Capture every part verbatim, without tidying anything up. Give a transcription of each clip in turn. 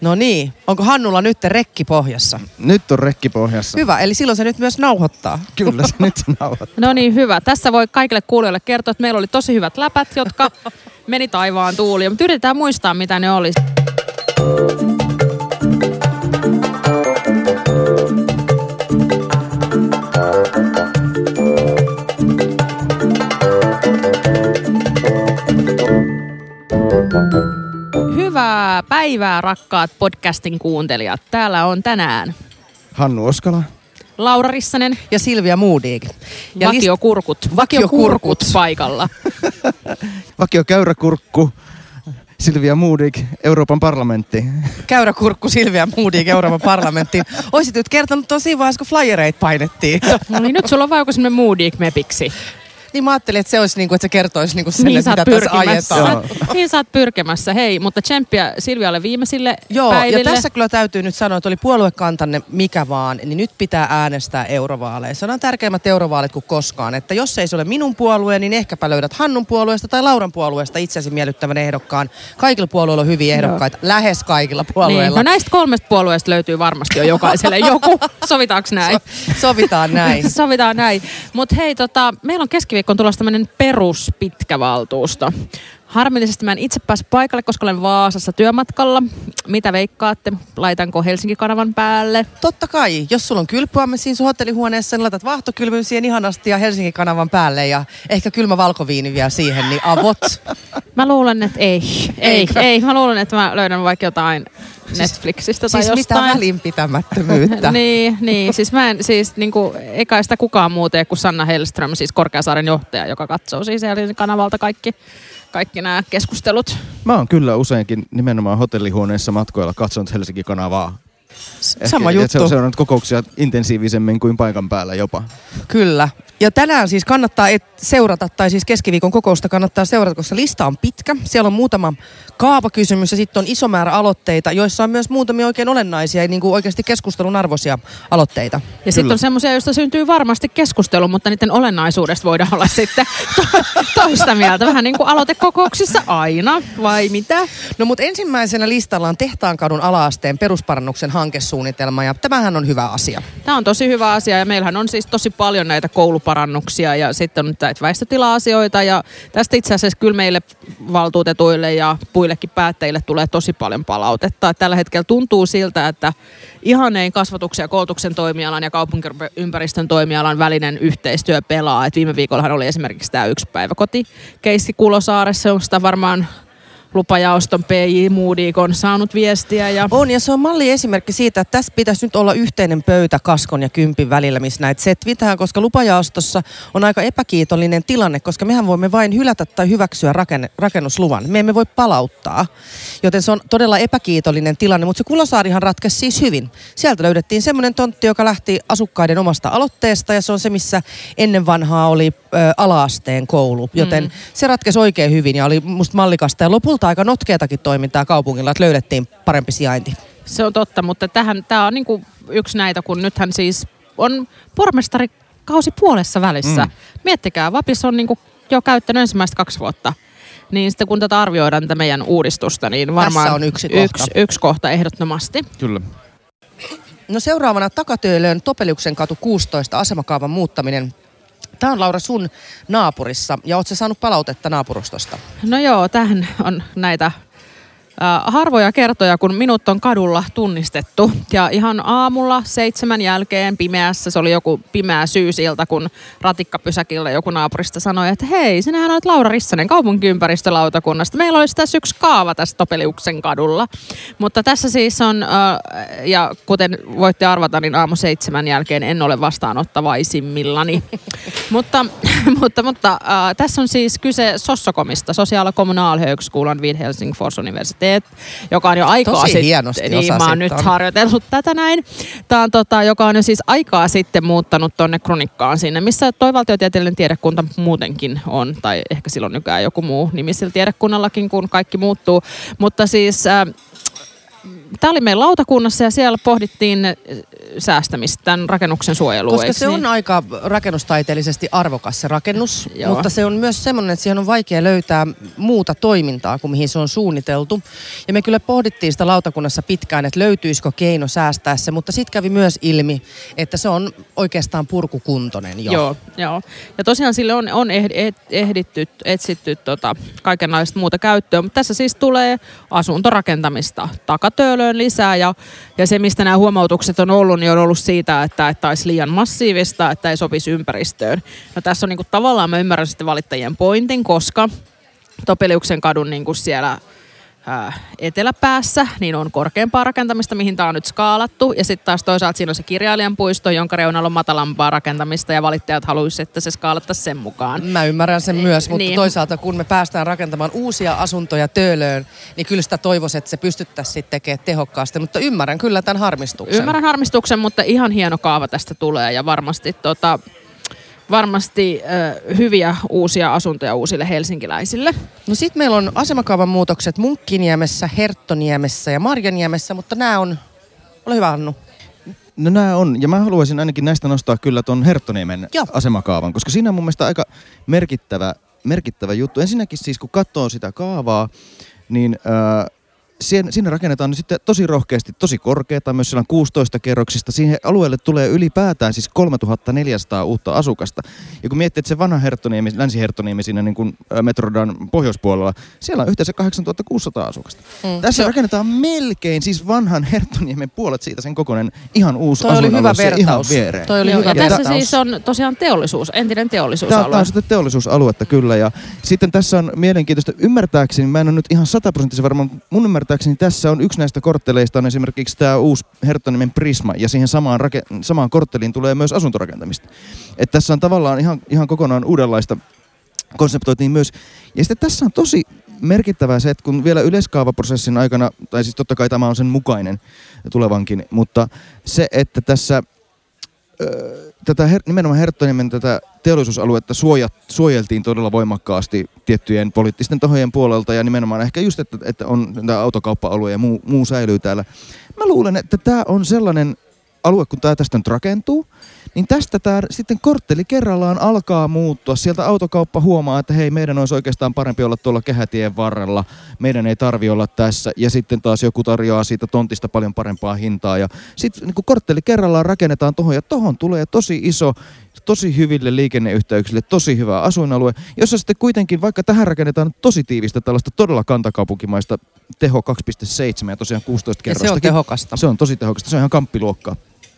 No niin, onko Hannulla nyt rekki pohjassa? Nyt on rekki pohjassa. Hyvä, eli silloin se nyt myös nauhoittaa. Kyllä se nyt nauhoittaa. No niin, hyvä. Tässä voi kaikille kuulijoille kertoa, että meillä oli tosi hyvät läpät, jotka meni taivaan tuuliin. Mutta yritetään muistaa, mitä ne oli. Hyvää päivää, rakkaat podcastin kuuntelijat. Täällä on tänään Hannu Oskala, Laura Rissanen ja Silvia Modig. Ja vakiokurkut. List... Vakiokurkut paikalla. Vakiokäyräkurkku, Silvia Modig, Euroopan parlamentti. Käyräkurkku Silvia Modig, Euroopan parlamenttiin. Oisit nyt kertonut tosi vaiheessa, kun flyereita painettiin. No niin, nyt sulla on vaan joku semmoinen Modig-mepiksi. Niin mä ajattelin, että se olisi niinku, että se kertoisi niinku sen, niin että mitä tässä ajetaan. Niin sä oot pyrkimässä. Hei, mutta tsemppiä Silvialle viimeisille Joo, päiville. Ja tässä kyllä täytyy nyt sanoa, että oli puoluekantanne mikä vaan, niin nyt pitää äänestää eurovaaleissa. Ne on tärkeimmät eurovaalit kuin koskaan. Että jos ei se ole minun puolue, niin ehkäpä löydät Hannun puolueesta tai Lauran puolueesta itsesi miellyttävän ehdokkaan. Kaikilla puolueilla on hyviä ehdokkaita. Joo. Lähes kaikilla puolueilla. Niin, no näistä kolmesta puolueesta löytyy varmasti jo jokaiselle joku. Sovitaanko näin? So, sovitaan näin. Sovitaan näin. Mutta hei, tota, meillä on keskiviikkoon tulossa tämmöinen peruspitkävaltuusto. Harmillisesti mä en itse pääse paikalle, koska olen Vaasassa työmatkalla. Mitä veikkaatte? Laitanko Helsinki-kanavan päälle? Totta kai. Jos sulla on kylpyämme siinä sun hotellihuoneessa, niin laitat vaahtokylvyn siihen ihanasti ja Helsinki-kanavan päälle ja ehkä kylmä valkoviini vielä siihen, niin avot. Mä luulen, että ei. Ei, ei. Mä luulen, että mä löydän vaikka jotain Netflixistä tai siis jostain. Siis mitä välinpitämättömyyttä. niin, niin, siis mä en, siis niinku, eikä sitä kukaan muu tee kuin Sanna Hellström, siis Korkeasaaren johtaja, joka katsoo siis Helsingin-kanavalta kaikki, kaikki nämä keskustelut. Mä oon kyllä useinkin nimenomaan hotellihuoneessa matkoilla katsonut Helsinki-kanavaa. Ehkä, sama juttu. Se on seurannut kokouksia intensiivisemmin kuin paikan päällä jopa. Kyllä. Ja tänään siis kannattaa et seurata, tai siis keskiviikon kokousta kannattaa seurata, koska lista on pitkä. Siellä on muutama kaavakysymys ja sitten on iso määrä aloitteita, joissa on myös muutamia oikein olennaisia ja niin kuin oikeasti keskustelun arvoisia aloitteita. Ja sitten on semmoisia, joista syntyy varmasti keskustelu, mutta niiden olennaisuudesta voidaan olla sitten to- toista mieltä. Vähän niin kuin aloitekokouksissa aina, vai mitä? No mutta ensimmäisenä listalla on Tehtaankadun ala-asteen perusparannuksen hankesuunnitelma ja tämähän on hyvä asia. Tämä on tosi hyvä asia ja meillähän on siis tosi paljon näitä kouluparannuksia ja sitten on näitä väestötila-asioita ja tästä itse asiassa kyllä meille valtuutetuille ja puillekin päättäjille tulee tosi paljon palautetta. Tällä hetkellä tuntuu siltä, että ihan ei kasvatuksen ja koulutuksen toimialan ja kaupunkiympäristön toimialan välinen yhteistyö pelaa. Et viime viikollahan oli esimerkiksi tämä yksi päiväkotikeissi Kulosaaressa, on sitä varmaan lupajaoston P J Modig on saanut viestiä. Ja on, ja se on malliesimerkki siitä, että tässä pitäisi nyt olla yhteinen pöytä Kaskon ja Kympin välillä, missä näitä setvitään, koska lupajaostossa on aika epäkiitollinen tilanne, koska mehän voimme vain hylätä tai hyväksyä rakenne, rakennusluvan. Me emme voi palauttaa, joten se on todella epäkiitollinen tilanne, mutta se Kulosaarihan ratkesi siis hyvin. Sieltä löydettiin semmoinen tontti, joka lähti asukkaiden omasta aloitteesta, ja se on se, missä ennen vanhaa oli ö, ala-asteen koulu, joten mm. se ratkesi oikein hyvin ja oli musta mallikasta ja lopulta aika notkeatakin toimintaa kaupungilla, että löydettiin parempi sijainti. Se on totta, mutta tämä on niinku yksi näitä, kun nythän siis on pormestarikausi puolessa välissä. Mm. Miettikää, Vapis on niinku jo käyttänyt ensimmäistä kaksi vuotta. Niin sitten kun tätä arvioidaan tätä meidän uudistusta, niin varmaan tässä on yksi kohta. Yksi, yksi kohta ehdottomasti. Kyllä. No seuraavana Takatöölön Topeliuksen katu kuusitoista asemakaavan muuttaminen. Tämä on, Laura, sun naapurissa ja ootko sä saanut palautetta naapurustosta? No joo, tähän on näitä äh, harvoja kertoja, kun minut on kadulla tunnistettu. Ja ihan aamulla seitsemän jälkeen pimeässä, se oli joku pimeä syysilta, kun ratikkapysäkillä joku naapurista sanoi, että hei, sinähän olet Laura Rissanen kaupunkiympäristölautakunnasta. Meillä olisi tässä yksi kaava tässä Topeliuksen kadulla. Mutta tässä siis on, äh, ja kuten voitte arvata, niin aamu seitsemän jälkeen en ole vastaanottavaisimmillani. mutta mutta, mutta äh, tässä on siis kyse Sossokomista, Social- och kommunalhögskolan vid Helsingfors universitet, joka on jo aikaa Tosi sitten. hienosti niin, mä oon nyt harjoitellut tätä näin. Tämä on tota, joka on jo siis aikaa sitten muuttanut tonne Kronikkaan sinne, missä toi valtiotieteellinen tiedekunta muutenkin on, tai ehkä silloin nykyään joku muu nimi sillä tiedekunnallakin, kun kaikki muuttuu. Mutta siis Äh, tämä oli meidän lautakunnassa ja siellä pohdittiin säästämistä tämän rakennuksen suojelua. Koska se niin? on aika rakennustaiteellisesti arvokas se rakennus, Joo. mutta se on myös semmoinen, että siihen on vaikea löytää muuta toimintaa kuin mihin se on suunniteltu. Ja me kyllä pohdittiin sitä lautakunnassa pitkään, että löytyisikö keino säästää se, mutta sitten kävi myös ilmi, että se on oikeastaan purkukuntoinen jo. Joo, joo. Ja tosiaan sille on, on ehditty, etsitty tota, kaikenlaista muuta käyttöä, mutta tässä siis tulee asuntorakentamista takatöölöön lisää ja, ja se, mistä nämä huomautukset on ollut, niin on ollut siitä, että, että olisi liian massiivista, että ei sopisi ympäristöön. No tässä on niin kuin, tavallaan, mä ymmärrän sitten valittajien pointin, koska Topeliuksen kadun niin kuin siellä ää, eteläpäässä niin on korkeampaa rakentamista, mihin tämä on nyt skaalattu. Ja sitten taas toisaalta siinä on se kirjailijan puisto, jonka reunalla on matalampaa rakentamista ja valittajat haluaisivat, että se skaalattaisiin sen mukaan. Mä ymmärrän sen myös, mutta niin. toisaalta kun me päästään rakentamaan uusia asuntoja Töölöön, niin kyllä sitä toivoisi, että se pystyttäisiin sitten tekemään tehokkaasti. Mutta ymmärrän kyllä tämän harmistuksen. Ymmärrän harmistuksen, mutta ihan hieno kaava tästä tulee ja varmasti tota... Varmasti äh, hyviä uusia asuntoja uusille helsinkiläisille. No sit meillä on asemakaavan muutokset Munkkiniemessä, Herttoniemessä ja Marjaniemessä, mutta nämä on... Ole hyvä, Annu. No nämä on, ja mä haluaisin ainakin näistä nostaa kyllä ton Herttoniemen Joo. asemakaavan, koska siinä on mun mielestä aika merkittävä, merkittävä juttu. Ensinnäkin siis kun katsoo sitä kaavaa, niin... Äh, Siinä, siinä rakennetaan nyt sitten tosi rohkeasti, tosi korkeata, myös siellä on kuusitoista kerroksista. Siihen alueelle tulee ylipäätään siis kolmetuhattaneljäsataa uutta asukasta. Ja kun miettii, että se vanha Herttoniemi, Länsi-Herttoniemi siinä niin kuin Metrodan pohjoispuolella, siellä on yhteensä kahdeksantuhattakuusisataa asukasta. Mm. Tässä rakennetaan melkein siis vanhan Herttoniemen puolet siitä sen kokoinen ihan uusi Toi oli hyvä vertaus. Ihan viereen. Toi oli Joo, hyvä ja vertaus. tässä siis on tosiaan teollisuus, entinen teollisuusalue. Tämä on sitten teollisuusaluetta kyllä. Ja sitten tässä on mielenkiintoista, ymmärtääkseni, mä en ole nyt ihan sataprosenttisen varma, mun ymmärtääkseni tässä on yksi näistä kortteleista on esimerkiksi tämä uusi Herttoniemen Prisma, ja siihen samaan, rake- samaan kortteliin tulee myös asuntorakentamista. Että tässä on tavallaan ihan, ihan kokonaan uudenlaista konseptoitiin myös. Ja sitten tässä on tosi merkittävää se, että kun vielä yleiskaavaprosessin aikana, tai siis totta kai tämä on sen mukainen tulevankin, mutta se, että tässä tätä her, nimenomaan Herttoniemen tätä teollisuusaluetta suojat, suojeltiin todella voimakkaasti tiettyjen poliittisten tahojen puolelta ja nimenomaan ehkä just, että, että on tämä autokauppa-alue ja muu, muu säilyy täällä. Mä luulen, että tämä on sellainen alue, kun tämä tästä nyt rakentuu, niin tästä tämä sitten kortteli kerrallaan alkaa muuttua. Sieltä autokauppa huomaa, että hei, meidän olisi oikeastaan parempi olla tuolla kehätien varrella. Meidän ei tarvi olla tässä. Ja sitten taas joku tarjoaa siitä tontista paljon parempaa hintaa. Ja sitten niin kortteli kerrallaan rakennetaan tuohon ja tuohon tulee tosi iso, tosi hyville liikenneyhteyksille, tosi hyvä asuinalue, jossa sitten kuitenkin, vaikka tähän rakennetaan tosi tiivistä tällaista todella kantakaupunkimaista teho kaksi pilkku seitsemän ja tosiaan kuusitoista kerrostakin. Ja se on tehokasta. Se on tosi tehokasta, se on ihan kamppiluokkaa.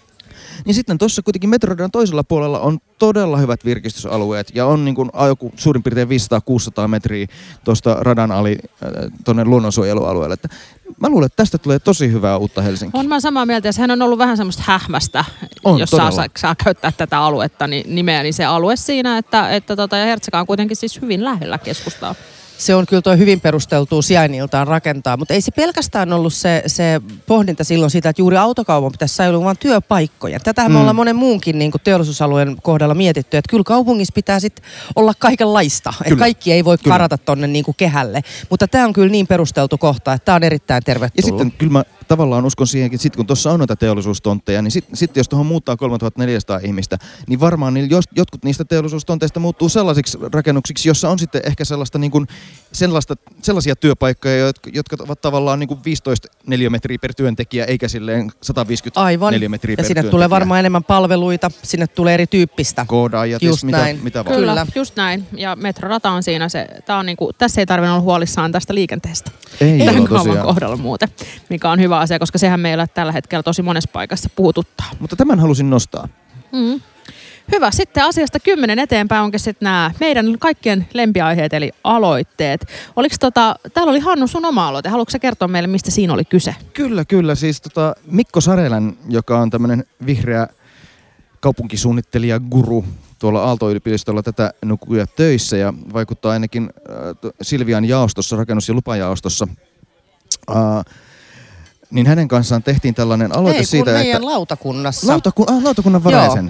Niin sitten tuossa kuitenkin Metrodan toisella puolella on todella hyvät virkistysalueet ja on niin kuin joku suurin piirtein viisisataa kuusisataa metriä tuosta radan ali äh, tuonne luonnonsuojelualueelle. Että mä luulen, että tästä tulee tosi hyvää uutta Helsinkiä. On mä samaa mieltä, ja sehän on ollut vähän semmoista hähmästä, on, jos saa, saa käyttää tätä aluetta, niin nimeä, niin se alue siinä, että, että tota, ja Hertsäkä on kuitenkin siis hyvin lähellä keskustaa. Se on kyllä tuo hyvin perusteltua sijainniltaan rakentaa, mutta ei se pelkästään ollut se, se pohdinta silloin siitä, että juuri autokaupan pitäisi säilyä vaan työpaikkoja. Tätähän mm. me ollaan monen muunkin niin kuin teollisuusalueen kohdalla mietitty, että kyllä kaupungissa pitää sitten olla kaikenlaista. Että kaikki ei voi kyllä karata tonne niin kuin kehälle, mutta tämä on kyllä niin perusteltu kohta, että tämä on erittäin tervetullut. Ja sitten kyllä mä tavallaan uskon siihenkin, että sit kun tuossa on noita teollisuustontteja, niin sitten sit, jos tuohon muuttaa kolmetuhattaneljäsataa ihmistä, niin varmaan niin jos, jotkut niistä teollisuustonteista muuttuu sellaisiksi rakennuksiksi, jossa on sitten ehkä sellaista niin kuin sellaista, sellaisia työpaikkoja, jotka, jotka ovat tavallaan niin kuin viisitoista neliömetriä per työntekijä, eikä silleen sata viisikymmentä neliömetriä per ja sinne työntekijä. Tulee varmaan enemmän palveluita, sinne tulee erityyppistä. Koodaajat, just mitä, näin. mitä vaan. Kyllä, Kyllä, just näin. Ja metrorata on siinä se, tää on niinku, tässä ei tarvinnut olla huolissaan tästä liikenteestä. Ei Tämän ole kaavan tosiaan. kohdalla muuten, mikä on hyvä asia, koska sehän meillä tällä hetkellä tosi monessa paikassa puhututtaa. Mutta tämän halusin nostaa. Mm. Hyvä. Sitten asiasta kymmenen eteenpäin onkin sitten nämä meidän kaikkien lempiaiheet, eli aloitteet. Oliko tota, täällä oli Hannu sun oma aloite. Haluatko sä kertoa meille, mistä siinä oli kyse? Kyllä, kyllä. Siis tota, Mikko Sarelän, joka on tämmöinen vihreä kaupunkisuunnittelija guru tuolla Aalto-yliopistolla tätä nukuja töissä ja vaikuttaa ainakin äh, Silvian jaostossa, rakennus- ja lupajaostossa. Äh, niin hänen kanssaan tehtiin tällainen aloite Ei, siitä, kun meidän että lautakunnassa. Lautaku- ah, lautakunnan varajäsen.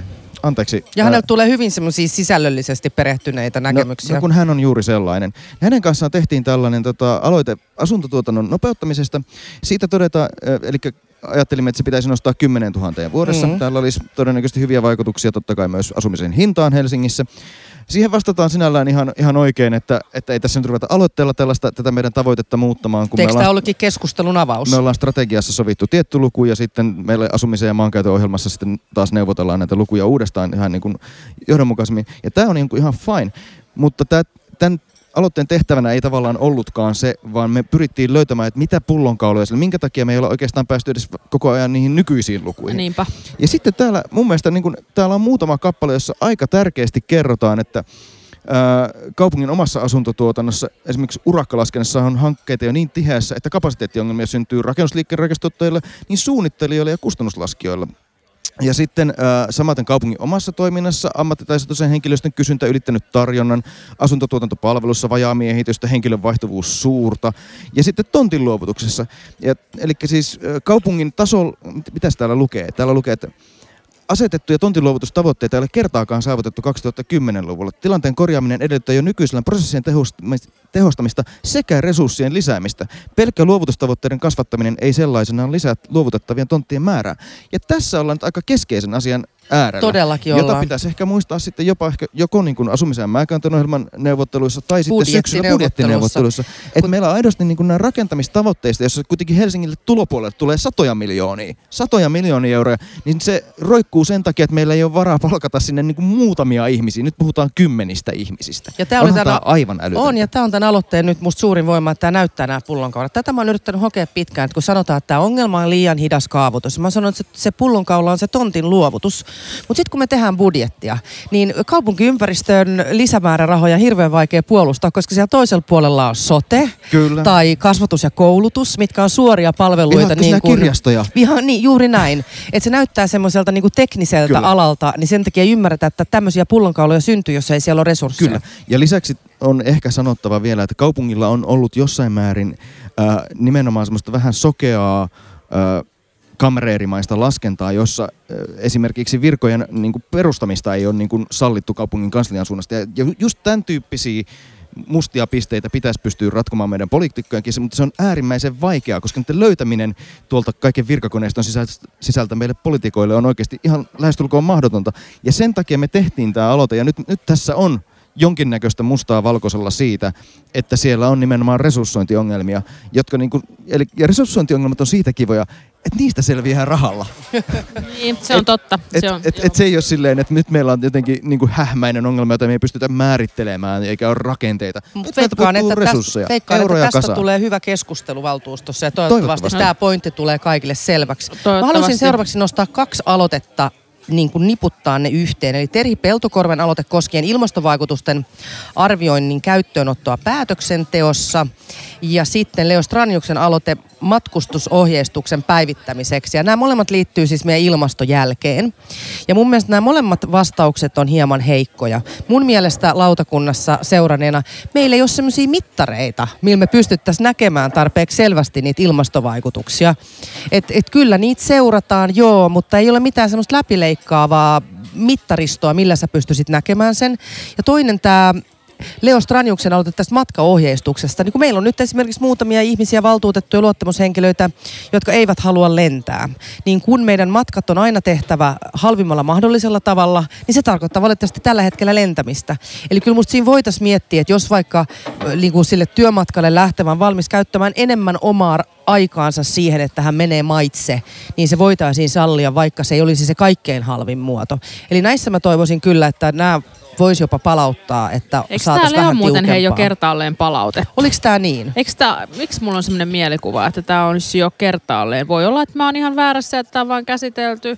anteeksi. Ja hänellä tulee hyvin semmoisia sisällöllisesti perehtyneitä näkemyksiä. No, no kun hän on juuri sellainen. Hänen kanssaan tehtiin tällainen tota, aloite asuntotuotannon nopeuttamisesta. Siitä todetaan, eli ajattelimme, että se pitäisi nostaa kymmenen tuhatta vuodessa. Mm-hmm. Täällä olisi todennäköisesti hyviä vaikutuksia totta kai myös asumisen hintaan Helsingissä. Siihen vastataan sinällään ihan, ihan oikein, että, että ei tässä nyt ruveta aloitteella tällaista, tätä meidän tavoitetta muuttamaan. Kun Eikö tämä ollutkin keskustelun avaus? Me ollaan strategiassa sovittu tietty luku ja sitten meille asumisen ja maankäytön ohjelmassa sitten taas neuvotellaan näitä lukuja uudestaan ihan niin kuin johdonmukaisemmin. Ja tämä on niin kuin ihan fine, mutta tämä, tämän aloitteen tehtävänä ei tavallaan ollutkaan se, vaan me pyrittiin löytämään, että mitä pullonkauloja sillä, minkä takia me ei olla oikeastaan päästy edes koko ajan niihin nykyisiin lukuihin. Niinpä. Ja sitten täällä mun mielestä niin kun, täällä on muutama kappale, jossa aika tärkeästi kerrotaan, että ää, kaupungin omassa asuntotuotannossa, esimerkiksi urakkalaskennassa on hankkeita jo niin tiheässä, että kapasiteettiongelmia syntyy rakennusliikkeen rakennustottajille, niin suunnittelijoille ja kustannuslaskijoille. Ja sitten äh, samaten kaupungin omassa toiminnassa ammattitaitoisen henkilöstön kysyntä ylittänyt tarjonnan, asuntotuotantopalvelussa vajaamiehitystä, henkilön vaihtuvuus suurta ja sitten tontin luovutuksessa. Ja, eli siis äh, kaupungin tasolla, mitä täällä lukee? Täällä lukee, että asetettuja tontinluovutustavoitteita ei ole kertaakaan saavutettu kaksituhattakymmenen-luvulla. Tilanteen korjaaminen edellyttää jo nykyisellä prosessien tehostamista sekä resurssien lisäämistä. Pelkkä luovutustavoitteiden kasvattaminen ei sellaisenaan lisää luovutettavien tonttien määrää. Ja tässä ollaan nyt aika keskeisen asian äärellä. Todellakin jota ollaan. pitäisi ehkä muistaa sitten jopa ehkä joko niin kuin asumisen ja maankäytön ohjelman neuvotteluissa tai sitten syksyllä budjettineuvotteluissa. Että Kun... meillä on aidosti niin kuin nämä rakentamistavoitteista, jossa kuitenkin Helsingille tulopuolelle tulee satoja miljoonia, satoja miljoonia euroja, niin se roikkuu sen takia, että meillä ei ole varaa palkata sinne niin kuin muutamia ihmisiä. Nyt puhutaan kymmenistä ihmisistä. Ja tämä on tämä aivan älytöntä. On, ja tämä on tämän aloitteen nyt musta suurin voima, että tämä näyttää nämä pullonkaulat. Tätä mä oon yrittänyt hokea pitkään, että kun sanotaan, että tämä ongelma on liian hidas kaavoitus. Mä sanon, että se, se pullonkaula on se tontin luovutus. Mutta sitten kun me tehdään budjettia, niin kaupunkiympäristön lisämäärärahoja on hirveän vaikea puolustaa, koska siellä toisella puolella on sote Kyllä. tai kasvatus ja koulutus, mitkä on suoria palveluita. Vihaatko niin sinä kuin, kirjastoja? Viha, niin, juuri näin. Että se näyttää semmoiselta niin kuin tekniseltä Kyllä. alalta, niin sen takia ei ymmärretä, että tämmöisiä pullonkauloja syntyy, jos ei siellä ole resursseja. Kyllä. Ja lisäksi on ehkä sanottava vielä, että kaupungilla on ollut jossain määrin äh, nimenomaan semmoista vähän sokeaa äh, kamreerimaista laskentaa, jossa äh, esimerkiksi virkojen niin kuin perustamista ei ole niin kuin sallittu kaupungin kanslian suunnasta. Ja just tämän tyyppisiä mustia pisteitä pitäisi pystyä ratkomaan meidän poliitikkojenkin, mutta se on äärimmäisen vaikeaa, koska niiden löytäminen tuolta kaiken virkakoneiston sisältä meille poliitikoille on oikeasti ihan lähestulkoon mahdotonta. Ja sen takia me tehtiin tämä aloite, ja nyt, nyt tässä on jonkinnäköistä mustaa valkoisella siitä, että siellä on nimenomaan resurssointiongelmia, jotka niinku, eli, ja resurssointiongelmat on siitä kivoja, että niistä selviää rahalla. Niin, se on et, totta. Et, se, on, et, et se ei ole silleen, että nyt meillä on jotenkin niinku hähmäinen ongelma, jota me ei pystytä määrittelemään, eikä ole rakenteita. Nyt meiltä puuttuu resursseja, veikkaan, euroja että tästä kasaan. tulee hyvä keskustelu valtuustossa ja toivottavasti, toivottavasti tämä pointti tulee kaikille selväksi. Mä haluaisin seuraavaksi nostaa kaksi aloitetta, niin kuin niputtaa ne yhteen. Eli Terhi Peltokorven aloite koskien ilmastovaikutusten arvioinnin käyttöönottoa päätöksenteossa. Ja sitten Leo Straniuksen aloite matkustusohjeistuksen päivittämiseksi. Ja nämä molemmat liittyy siis meidän ilmastojälkeen. Ja mun mielestä nämä molemmat vastaukset on hieman heikkoja. Mun mielestä lautakunnassa seuranneena meillä ei ole sellaisia mittareita, millä me pystyttäisiin näkemään tarpeeksi selvästi niitä ilmastovaikutuksia. Että et kyllä niitä seurataan, joo, mutta ei ole mitään semmoista läpileikkaavaa mittaristoa, millä sä pystyisit näkemään sen. Ja toinen tämä Leo Straniuksen aloite tästä matkaohjeistuksesta. Niin kun meillä on nyt esimerkiksi muutamia ihmisiä, valtuutettuja luottamushenkilöitä, jotka eivät halua lentää. Niin kun meidän matkat on aina tehtävä halvimmalla mahdollisella tavalla, niin se tarkoittaa valitettavasti tällä hetkellä lentämistä. Eli kyllä musta siinä voitaisiin miettiä, että jos vaikka niin kuin sille työmatkalle lähtevän valmis käyttämään enemmän omaa aikaansa siihen, että hän menee maitse, niin se voitaisiin sallia, vaikka se ei olisi se kaikkein halvin muoto. Eli näissä mä toivoisin kyllä, että nämä voisi jopa palauttaa, että eikö saataisiin vähän muuten tiukempaa. hei jo kertaalleen palautettu? Oliko tämä niin? Eikö tää, miksi mulla on sellainen mielikuva, että tämä olisi jo kertaalleen? Voi olla, että mä oon ihan väärässä, että tämä on vaan käsitelty.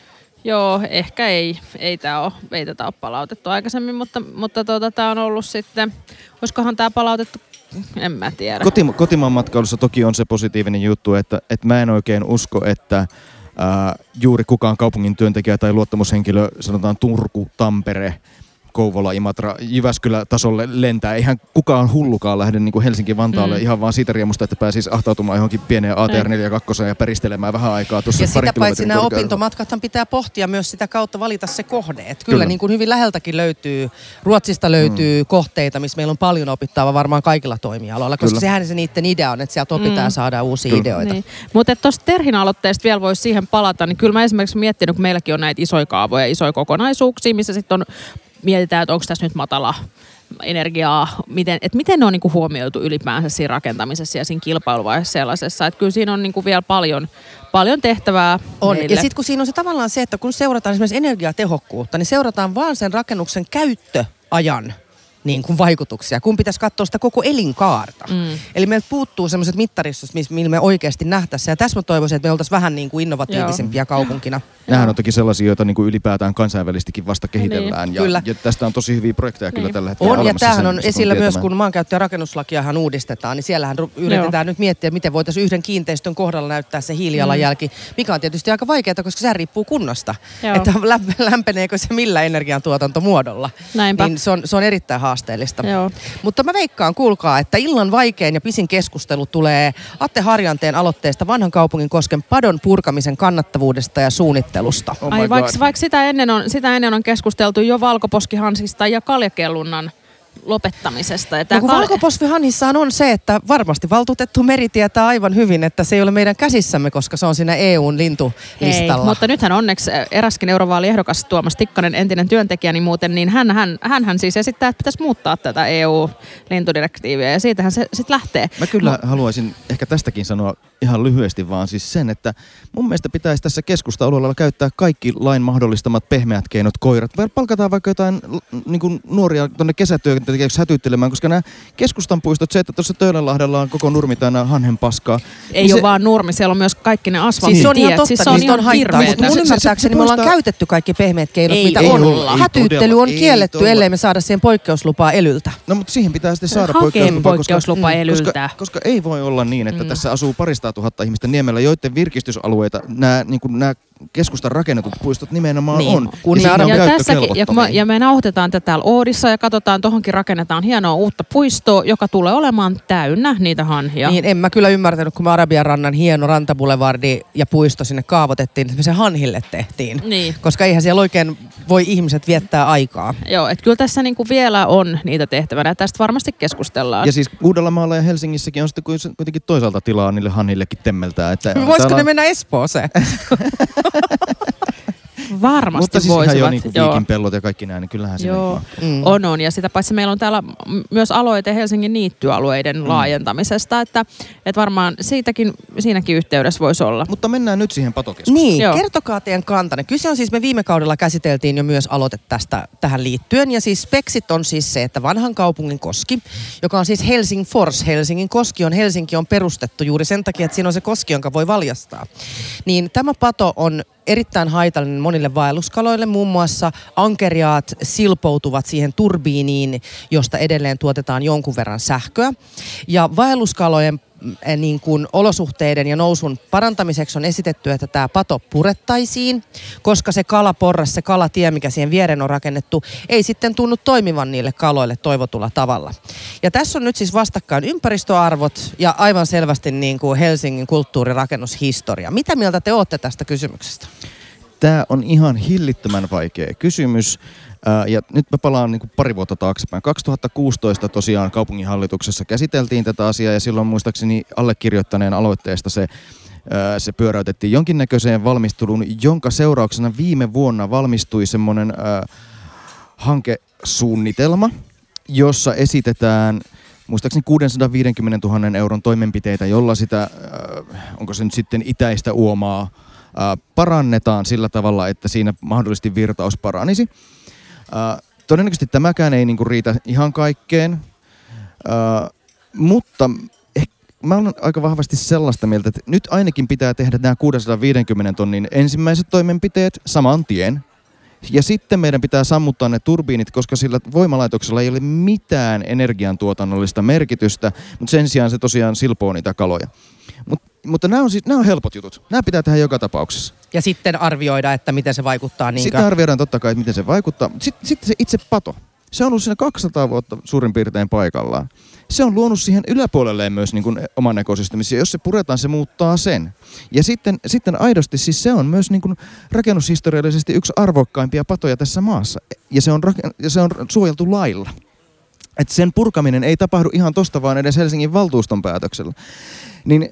Joo, ehkä ei. Ei, tää ole, ei tätä ole palautettu aikaisemmin, mutta, mutta tuota, tämä on ollut sitten, olisikohan tämä palautettu, en mä tiedä. Kotima- kotimaan matkailussa toki on se positiivinen juttu, että, että mä en oikein usko, että ää, juuri kukaan kaupungin työntekijä tai luottamushenkilö, sanotaan Turku, Tampere, Kouvola, Imatra, Jyväskylä-tasolle lentää. Eihän kukaan hullukaan lähde niin kuin Helsinki-Vantaalle mm. ihan vaan siitä riemusta, että pääsisi ahtautumaan johonkin pieneen A T R neljäkymmentäkaksi ja peristelemään vähän aikaa tuossa ja parin sitä paitsi nämä korkeudella. opintomatkathan pitää pohtia myös sitä kautta valita se kohde. Et kyllä, kyllä. Niin kuin hyvin läheltäkin löytyy, Ruotsista löytyy mm. kohteita, missä meillä on paljon opittavaa varmaan kaikilla toimialoilla, koska kyllä. sehän se niiden idea on, että sieltä opitaan mm. saada uusia kyllä. ideoita. Niin. Mutta tuosta Terhin aloitteesta vielä voisi siihen palata, niin kyllä mä esimerkiksi miettinyt, kun meilläkin on näitä isoja kaavoja, isoja kokonaisuuksia, missä sitten on, mietitään, että onko tässä nyt matala energiaa, miten, että miten ne on niinku huomioitu ylipäänsä siinä rakentamisessa ja siinä kilpailuvaiheessa sellaisessa, että kyllä siinä on niinku vielä paljon, paljon tehtävää on. meille. Ja sitten kun siinä on se tavallaan se, että kun seurataan esimerkiksi energiatehokkuutta, niin seurataan vaan sen rakennuksen käyttöajan niin kuin vaikutuksia, kun pitäisi katsoa sitä koko elinkaarta. Mm. Eli meiltä puuttuu sellaiset mittaristot, millä me oikeasti nähtäisiin. Ja tässä mä toivoisin, että me oltaisiin vähän niin kuin innovatiivisempia Joo. kaupunkina. Nämähän on toki sellaisia, joita niin kuin ylipäätään kansainvälisestikin vasta kehitellään. Niin. Ja, kyllä. ja tästä on tosi hyviä projekteja niin. kyllä tällä hetkellä on, olemassa. Ja tämähän on sen, esillä myös, kun maankäyttö- ja rakennuslakiahan uudistetaan, niin siellähän yritetään Joo. nyt miettiä, miten voitaisiin yhden kiinteistön kohdalla näyttää se hiilijalanjälki, mikä on tietysti aika vaikeaa, koska se riippuu kunnasta. Joo. Että lämpeneekö se millä energiantuotantomuodolla. Näinpä. Niin se on, se on erittäin haasteellista. Joo. Mutta mä veikkaan, kuulkaa, että illan vaikein ja pisin keskustelu tulee Atte Harjanteen aloitteesta Vanhan Kaupunginkosken padon purkamisen kannattavuudesta ja suunnittelusta. Oh Ai vaikka vaik sitä, ennen on, sitä ennen on keskusteltu jo valkoposkihansista ja kaljakellunnan lopettamisesta. No kun kal- valkoposkihanhissaan on se, että varmasti valtuutettu Meri tietää aivan hyvin, että se ei ole meidän käsissämme, koska se on siinä E U:n lintulistalla. Hei, mutta nythän onneksi eräskin eurovaaliehdokas Tuomas Tikkanen, entinen työntekijä, niin muuten, niin hän, hän, hän, hän siis esittää, että pitäisi muuttaa tätä E U-lintudirektiiviä ja siitähän se sitten lähtee. Mä kyllä no. haluaisin ehkä tästäkin sanoa ihan lyhyesti vaan siis sen, että mun mielestä pitäisi tässä keskusta-alueella käyttää kaikki lain mahdollistamat pehmeät keinot koirat. Palkataan vaikka jotain niin kuin nuoria tuonne kesätyöntekijöiksi hätyyttelemään, koska nämä keskustan puistot, se, että tuossa Töölönlahdella on koko nurmi täynnä hanhenpaskaa. Ei niin ole se, vaan nurmi, siellä on myös kaikki ne asfalttitiet. Siis se on ihan totta, siis se on niistä on haittaa, mutta mun ymmärtääkseni me ollaan käytetty kaikki pehmeät keinot, ei, mitä ei on. olla. Hätyyttely on kielletty, ellei me saada siihen poikkeuslupaa elyltä. No mutta siihen pitää sitten saada poikkeuslupa, poikkeuslupa koska, elyltä. Koska, koska ei voi olla niin, että mm. tässä asuu paristaa tuhatta ihmistä Niemellä, joiden virkistysalueita nämä niin kuin nämä keskustan rakennetut puistot nimenomaan niin. on. Kun ja, me ja, tässäkin, ja, me, ja me nauhoitetaan tätä täällä Oodissa ja katsotaan, tohonkin rakennetaan hienoa uutta puistoa, joka tulee olemaan täynnä niitä hanhia. Niin, en mä kyllä ymmärtänyt, kun me Arabian rannan hieno rantabulevardi ja puisto sinne kaavoitettiin, että me se hanhille tehtiin. Niin. Koska eihän siellä oikein voi ihmiset viettää aikaa. Joo, että kyllä tässä niinku vielä on niitä tehtävänä ja tästä varmasti keskustellaan. Ja siis Uudellamaalla ja Helsingissäkin on sitten kuitenkin toisaalta tilaa niille hanhillekin temmeltää. Että voisiko ne on... mennä Espooseen? Varmasti mutta siis voisivat. Ihan jo niinku viikinpellot ja kaikki näin, niin kyllähän se Joo, mm. on on. Ja sitä paitsi meillä on täällä myös aloite Helsingin niittyalueiden mm. laajentamisesta, että, että varmaan siitäkin, siinäkin yhteydessä voisi olla. Mutta mennään nyt siihen patokeskusteluun. Niin, Joo. kertokaa teidän kantanne. Kyse on siis, me viime kaudella käsiteltiin jo myös aloite tästä tähän liittyen. Ja siis speksit on siis se, että Vanhan kaupungin koski, joka on siis Helsingfors, Helsingin koski on, Helsinki on perustettu juuri sen takia, että siinä on se koski, jonka voi valjastaa. Niin tämä pato on erittäin haitallinen monille vaelluskaloille. Muun muassa ankeriaat silpoutuvat siihen turbiiniin, josta edelleen tuotetaan jonkun verran sähköä. Ja vaelluskalojen niin kuin olosuhteiden ja nousun parantamiseksi on esitetty, että tämä pato purettaisiin, koska se kalaporras, se kalatie, mikä siihen viereen on rakennettu, ei sitten tunnu toimivan niille kaloille toivotulla tavalla. Ja tässä on nyt siis vastakkain ympäristöarvot ja aivan selvästi niin kuin Helsingin kulttuurirakennushistoria. Mitä mieltä te olette tästä kysymyksestä? Tämä on ihan hillittömän vaikea kysymys. Ja nyt mä palaan niin kuin pari vuotta taaksepäin. kaksituhattakuusitoista tosiaan kaupunginhallituksessa käsiteltiin tätä asiaa ja silloin muistaakseni allekirjoittaneen aloitteesta se, se pyöräytettiin jonkinnäköiseen valmisteluun, jonka seurauksena viime vuonna valmistui semmoinen äh, hankesuunnitelma, jossa esitetään muistaakseni kuusisataaviisikymmentätuhatta euron toimenpiteitä, jolla sitä, äh, onko se nyt sitten itäistä uomaa, äh, parannetaan sillä tavalla, että siinä mahdollisesti virtaus paranisi. Uh, todennäköisesti tämäkään ei niinku riitä ihan kaikkeen, uh, mutta eh, mä olen aika vahvasti sellaista mieltä, että nyt ainakin pitää tehdä nämä kuusisataaviisikymmentä tonnin ensimmäiset toimenpiteet saman tien. Ja sitten meidän pitää sammuttaa ne turbiinit, koska sillä voimalaitoksella ei ole mitään energiantuotannollista merkitystä, mutta sen sijaan se tosiaan silpoo niitä kaloja. Mut mutta nämä on, siis, nämä on helpot jutut. Nämä pitää tehdä joka tapauksessa. Ja sitten arvioida, että miten se vaikuttaa. Niinkö? Sitten arvioidaan totta kai, että miten se vaikuttaa. Sitten, sitten se itse pato. Se on ollut siinä kaksisataa vuotta suurin piirtein paikallaan. Se on luonut siihen yläpuolelleen myös niin kuin oman ekosysteemissä. Jos se puretaan, se muuttaa sen. Ja sitten, sitten aidosti siis se on myös niin kuin rakennushistoriallisesti yksi arvokkaimpia patoja tässä maassa. Ja se on, ja se on suojeltu lailla. Et sen purkaminen ei tapahdu ihan tosta vaan edes Helsingin valtuuston päätöksellä. Niin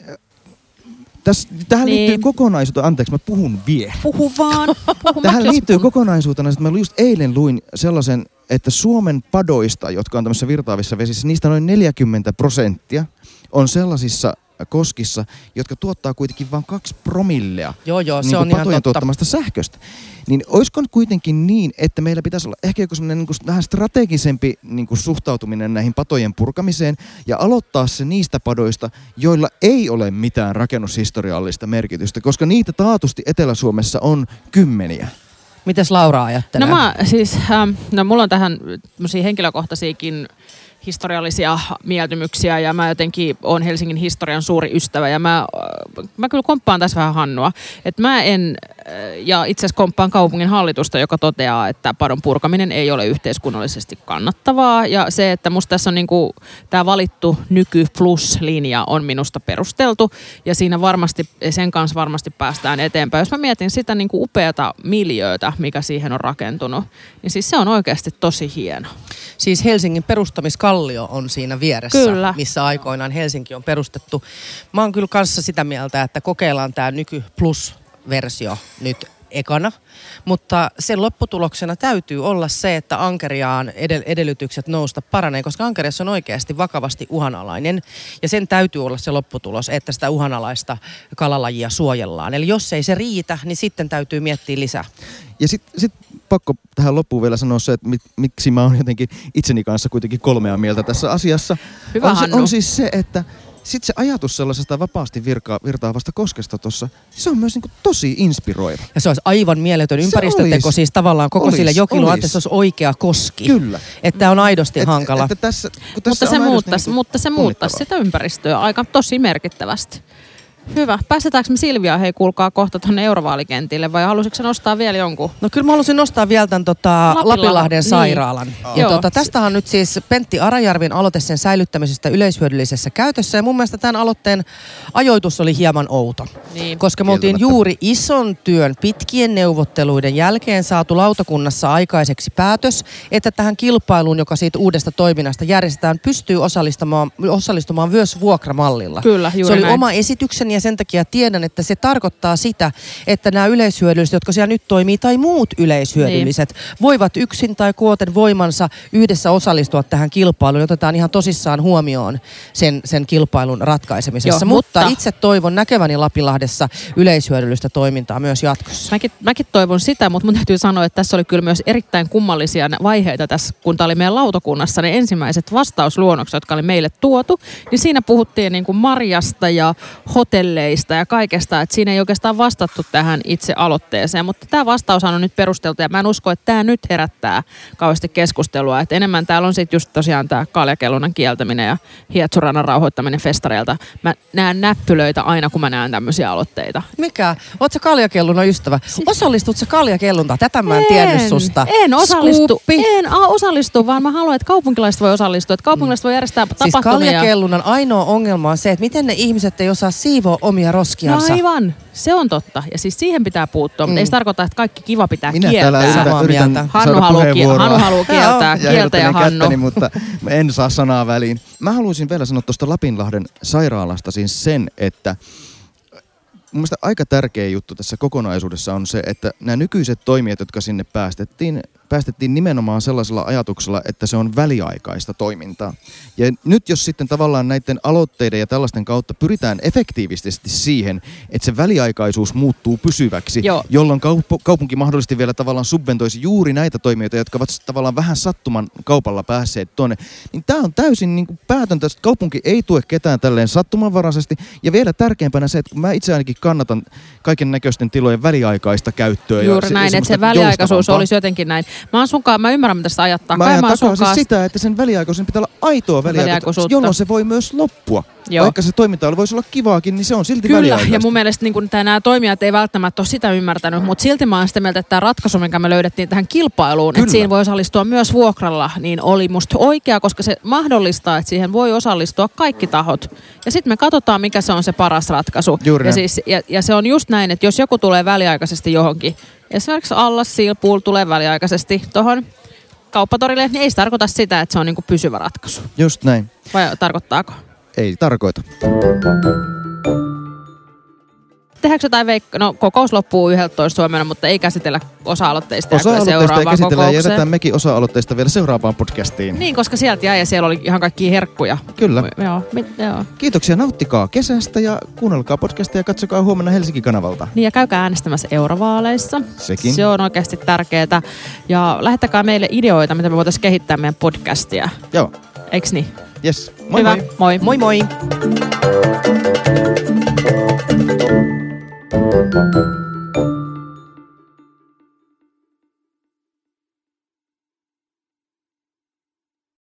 Täs, tähän niin. liittyy kokonaisuutena, anteeksi mä puhun vielä. Puhu vaan. Puhu tähän liittyy kokonaisuutena, että mä just eilen luin sellaisen, että Suomen padoista, jotka on tämmöisissä virtaavissa vesissä, niistä noin neljäkymmentä prosenttia on sellaisissa koskissa, jotka tuottaa kuitenkin vain kaksi promillea joo, joo, niin se on patojen ihan tuottamasta sähköstä. Niin olisiko kuitenkin niin, että meillä pitäisi olla ehkä joku semmoinen niin vähän strategisempi niin kuin suhtautuminen näihin patojen purkamiseen ja aloittaa se niistä padoista, joilla ei ole mitään rakennushistoriallista merkitystä, koska niitä taatusti Etelä-Suomessa on kymmeniä. Mites Laura ajattelee? No mä siis, ähm, no mulla on tähän henkilökohtaisiakin historiallisia mieltymyksiä ja mä jotenkin oon Helsingin historian suuri ystävä ja mä, mä kyllä komppaan tässä vähän Hannua. Että mä en, ja itse asiassa komppaan kaupungin hallitusta, joka toteaa, että padon purkaminen ei ole yhteiskunnallisesti kannattavaa ja se, että musta tässä on niinku tää valittu nyky plus-linja on minusta perusteltu ja siinä varmasti, sen kanssa varmasti päästään eteenpäin. Jos mä mietin sitä niinku upeata miljöötä, mikä siihen on rakentunut, niin siis se on oikeasti tosi hieno. Siis Helsingin perustamiskallio on siinä vieressä, kyllä, missä aikoinaan Helsinki on perustettu. Mä oon kyllä kanssa sitä mieltä, että kokeillaan tää nyky plus-versio nyt ekana, mutta sen lopputuloksena täytyy olla se, että ankeriaan edell- edellytykset nousta paranee, koska ankeriassa on oikeasti vakavasti uhanalainen ja sen täytyy olla se lopputulos, että sitä uhanalaista kalalajia suojellaan. Eli jos ei se riitä, niin sitten täytyy miettiä lisää. Ja sitten sit pakko tähän loppuun vielä sanoa se, että mit, miksi mä oon jotenkin itseni kanssa kuitenkin kolmea mieltä tässä asiassa. Hyvä, on, se, Hannu. on siis se, että sitten se ajatus sellaisesta vapaasti virka, virtaavasta koskesta tuossa, se on myös niinku tosi inspiroiva. Ja se olisi aivan mieletön ympäristöteko, siis tavallaan koko olis, sille jokiluun, että se olisi oikea koski. Kyllä. Että on aidosti et, hankala. Että tässä, mutta, tässä se muuttaisi, niinku mutta se muuttaisi sitä ympäristöä aika tosi merkittävästi. Hyvä. Päästetäänkö me Silvia, hei kuulkaa kohta tuonne eurovaalikentille vai halusitko sä nostaa vielä jonkun? No kyllä mä haluaisin nostaa vielä tämän tota, Lapinlahden niin. sairaalan. Oh. Ja tota, tästähän on nyt siis Pentti Arajärvin aloite sen säilyttämisestä yleishyödyllisessä käytössä. Ja mun mielestä tämän aloitteen ajoitus oli hieman outo. Niin. Koska me oltiin juuri ison työn pitkien neuvotteluiden jälkeen saatu lautakunnassa aikaiseksi päätös, että tähän kilpailuun, joka siitä uudesta toiminnasta järjestetään, pystyy osallistumaan, osallistumaan myös vuokramallilla. Kyllä, juuri se oli näin. oma esitykseni. Ja sen takia tiedän, että se tarkoittaa sitä, että nämä yleishyödylliset, jotka siellä nyt toimii, tai muut yleishyödylliset, niin. voivat yksin tai kooten voimansa yhdessä osallistua tähän kilpailuun. Otetaan ihan tosissaan huomioon sen, sen kilpailun ratkaisemisessa. Joo, mutta, mutta itse toivon näkeväni Lapinlahdessa yleishyödyllistä toimintaa myös jatkossa. Mäkin, mäkin toivon sitä, mutta mun täytyy sanoa, että tässä oli kyllä myös erittäin kummallisia vaiheita tässä, kun tämä oli meidän lautakunnassa, ne ensimmäiset vastausluonnokset, jotka oli meille tuotu, niin siinä puhuttiin niin kuin marjasta ja hotelleista ja kaikesta, että siinä ei oikeastaan vastattu tähän itse aloitteeseen, mutta tämä vastaus on nyt perusteltu ja mä en usko, että tämä nyt herättää kauheasti keskustelua, että enemmän täällä on sitten just tosiaan tämä kaljakellunan kieltäminen ja hietsuranan rauhoittaminen festareilta. Mä näen näppylöitä aina, kun mä näen tämmöisiä aloitteita. Mikä? Oot sä kaljakellunan ystävä? Osallistut sä kaljakelluntaan? Tätä mä en, en tiennyt susta. En osallistu. Skuuppi. En a, osallistu, vaan mä haluan, että kaupunkilaiset voi osallistua, että kaupunkilaiset voi järjestää siis tapahtumia. Siis kaljakellunan ainoa ongelma on se, että miten ne ihmiset ei osaa siivoa omia roskiansa. No aivan, se on totta. Ja siis siihen pitää puuttua, mm. mutta ei se tarkoita, että kaikki kiva pitää Minä kieltää. Minä täällä yritän, yritän Hannu haluaa Hannu haluaa kieltää, ja kieltä ja Hannu. Kättäni, mutta en saa sanaa väliin. Mä haluaisin vielä sanoa tuosta Lapinlahden sairaalasta siis sen, että mun mielestä aika tärkeä juttu tässä kokonaisuudessa on se, että nämä nykyiset toimijat, jotka sinne päästettiin, päästettiin nimenomaan sellaisella ajatuksella, että se on väliaikaista toimintaa. Ja nyt jos sitten tavallaan näiden aloitteiden ja tällaisten kautta pyritään efektiivisesti siihen, että se väliaikaisuus muuttuu pysyväksi, Joo. jolloin kaup- kaupunki mahdollisesti vielä tavallaan subventoisi juuri näitä toimijoita, jotka ovat tavallaan vähän sattuman kaupalla päässeet tuonne, niin tämä on täysin niin kuin päätöntä, että kaupunki ei tue ketään tälleen sattumanvaraisesti. Ja vielä tärkeämpänä se, että mä itse ainakin kannatan kaiken näköisten tilojen väliaikaista käyttöä. Juuri ja näin, että se väliaikaisuus olisi jotenkin näin. Mä oon sunkaan, mä ymmärrän, mitä sitä ajattaa. Mä ajan takaa siis sitä, että sen väliaikaisuuden pitää olla aitoa väliaikaisuutta, jolloin se voi myös loppua. Joo. Vaikka se toiminta voisi olla kivaakin, niin se on silti Kyllä, väliaikaista. ja mun mielestä niin nämä toimijat ei välttämättä ole sitä ymmärtänyt, mutta silti mä oon sitä mieltä, että tämä ratkaisu, minkä me löydettiin tähän kilpailuun, Kyllä. että siinä voi osallistua myös vuokralla, niin oli musta oikea, koska se mahdollistaa, että siihen voi osallistua kaikki tahot. Ja sitten me katsotaan, mikä se on se paras ratkaisu. Juuri ja, siis, ja, ja se on just näin, että jos joku tulee väliaikaisesti johonkin, esimerkiksi Allas Silpool tulee väliaikaisesti tuohon kauppatorille, niin ei se tarkoita sitä, että se on niinku pysyvä ratkaisu. Just näin. Vai tarkoittaako? Ei tarkoita. Tehdäänkö jotain veikko... No, kokous loppuu yksitoista Suomena, mutta ei käsitellä osa-aloitteista. Osa-aloitteista ei käsitellä ja jätetään kokoukseen. mekin osa-aloitteista vielä seuraavaan podcastiin. Niin, koska sieltä jäi ja siellä oli ihan kaikkia herkkuja. Kyllä. Joo, mit, joo. Kiitoksia, nauttikaa kesästä ja kuunnelkaa podcastia ja katsokaa huomenna Helsinki-kanavalta. Niin, ja käykää äänestämässä eurovaaleissa. Sekin. Se on oikeasti tärkeää. Ja lähettäkää meille ideoita, mitä me voitaisiin kehittää meidän podcastia. Joo. Eiks niin? Yes. Moi Hyvä. moi. Moi. Moi moi! Thank you.